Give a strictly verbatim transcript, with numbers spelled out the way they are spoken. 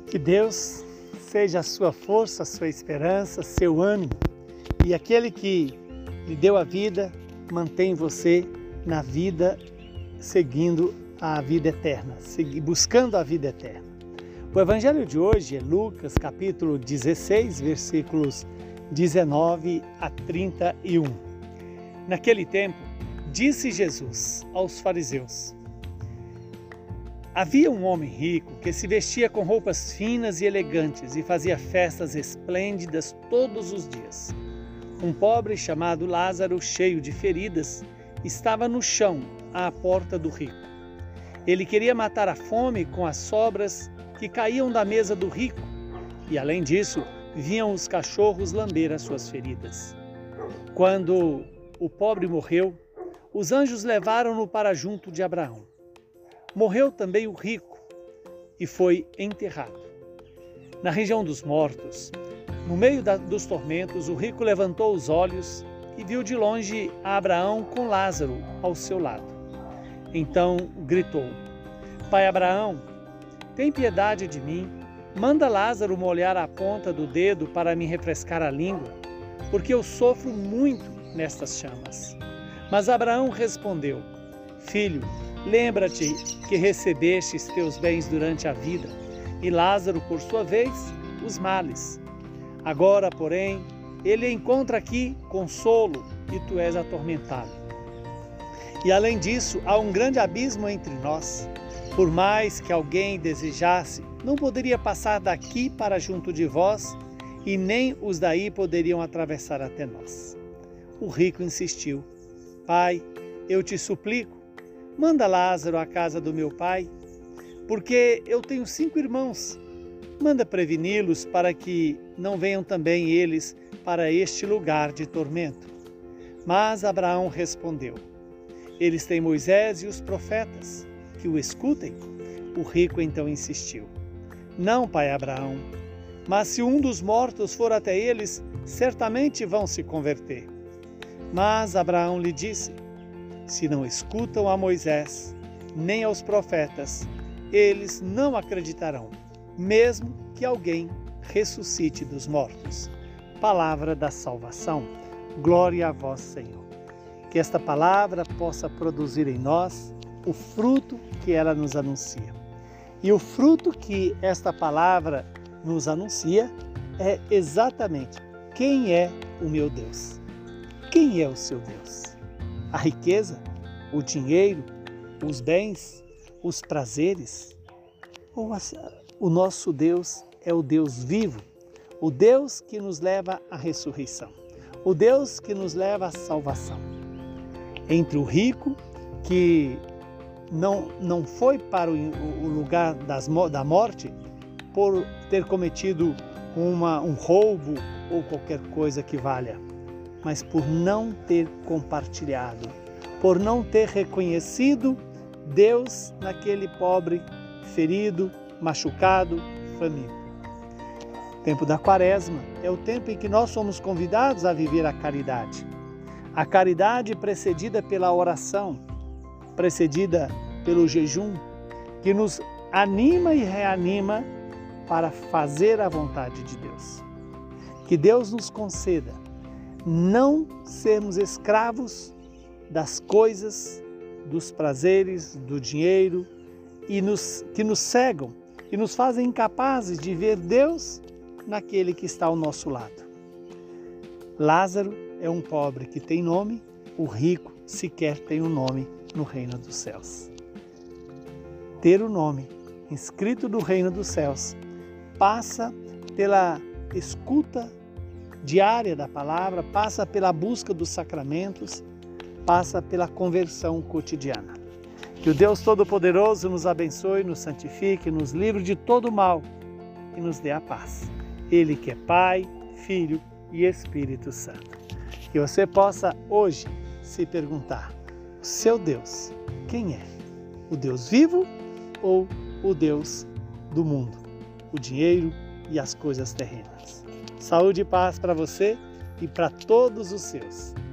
Que Deus seja a sua força, a sua esperança, seu ânimo, e aquele que lhe deu a vida, mantém você na vida, seguindo a vida eterna, buscando a vida eterna. O evangelho de hoje é Lucas, capítulo dezesseis, versículos dezenove a trinta e um. Naquele tempo, disse Jesus aos fariseus: havia um homem rico que se vestia com roupas finas e elegantes e fazia festas esplêndidas todos os dias. Um pobre chamado Lázaro, cheio de feridas, estava no chão, à porta do rico. Ele queria matar a fome com as sobras que caíam da mesa do rico, e além disso, vinham os cachorros lamber as suas feridas. Quando o pobre morreu, os anjos levaram-no para junto de Abraão. Morreu também o rico e foi enterrado. Na região dos mortos, no meio da, dos tormentos, o rico levantou os olhos e viu de longe a Abraão com Lázaro ao seu lado. Então gritou: Pai Abraão, tem piedade de mim, manda Lázaro molhar a ponta do dedo para me refrescar a língua, porque eu sofro muito nestas chamas. Mas Abraão respondeu: Filho, lembra-te que recebestes teus bens durante a vida, e Lázaro, por sua vez, os males. Agora, porém, ele encontra aqui consolo e tu és atormentado. E além disso, há um grande abismo entre nós. Por mais que alguém desejasse, não poderia passar daqui para junto de vós, e nem os daí poderiam atravessar até nós. O rico insistiu: Pai, eu te suplico, manda Lázaro à casa do meu pai, porque eu tenho cinco irmãos. Manda preveni-los para que não venham também eles para este lugar de tormento. Mas Abraão respondeu: Eles têm Moisés e os profetas, que o escutem. O rico então insistiu: Não, pai Abraão, mas se um dos mortos for até eles, certamente vão se converter. Mas Abraão lhe disse: Se não escutam a Moisés, nem aos profetas, eles não acreditarão, mesmo que alguém ressuscite dos mortos. Palavra da salvação. Glória a vós, Senhor. Que esta palavra possa produzir em nós o fruto que ela nos anuncia. E o fruto que esta palavra nos anuncia é exatamente: quem é o meu Deus? Quem é o seu Deus? A riqueza? O dinheiro? Os bens? Os prazeres? Ou a, o nosso Deus é o Deus vivo, o Deus que nos leva à ressurreição, o Deus que nos leva à salvação. Entre o rico, que não, não foi para o, o lugar das, da morte por ter cometido uma, um roubo ou qualquer coisa que valha, mas por não ter compartilhado, por não ter reconhecido Deus naquele pobre, ferido, machucado, faminto. O tempo da Quaresma é o tempo em que nós somos convidados a viver a caridade. A caridade precedida pela oração, precedida pelo jejum, que nos anima e reanima para fazer a vontade de Deus. Que Deus nos conceda não sermos escravos das coisas, dos prazeres, do dinheiro, e nos, que nos cegam e nos fazem incapazes de ver Deus naquele que está ao nosso lado. Lázaro é um pobre que tem nome, o rico sequer tem um nome no reino dos céus. Ter o nome inscrito no reino dos céus passa pela escuta diária da palavra, passa pela busca dos sacramentos, passa pela conversão cotidiana. Que o Deus Todo-Poderoso nos abençoe, nos santifique, nos livre de todo mal e nos dê a paz. Ele que é Pai, Filho e Espírito Santo. Que você possa hoje se perguntar: o seu Deus, quem é? O Deus vivo ou o Deus do mundo, o dinheiro e as coisas terrenas? Saúde e paz para você e para todos os seus.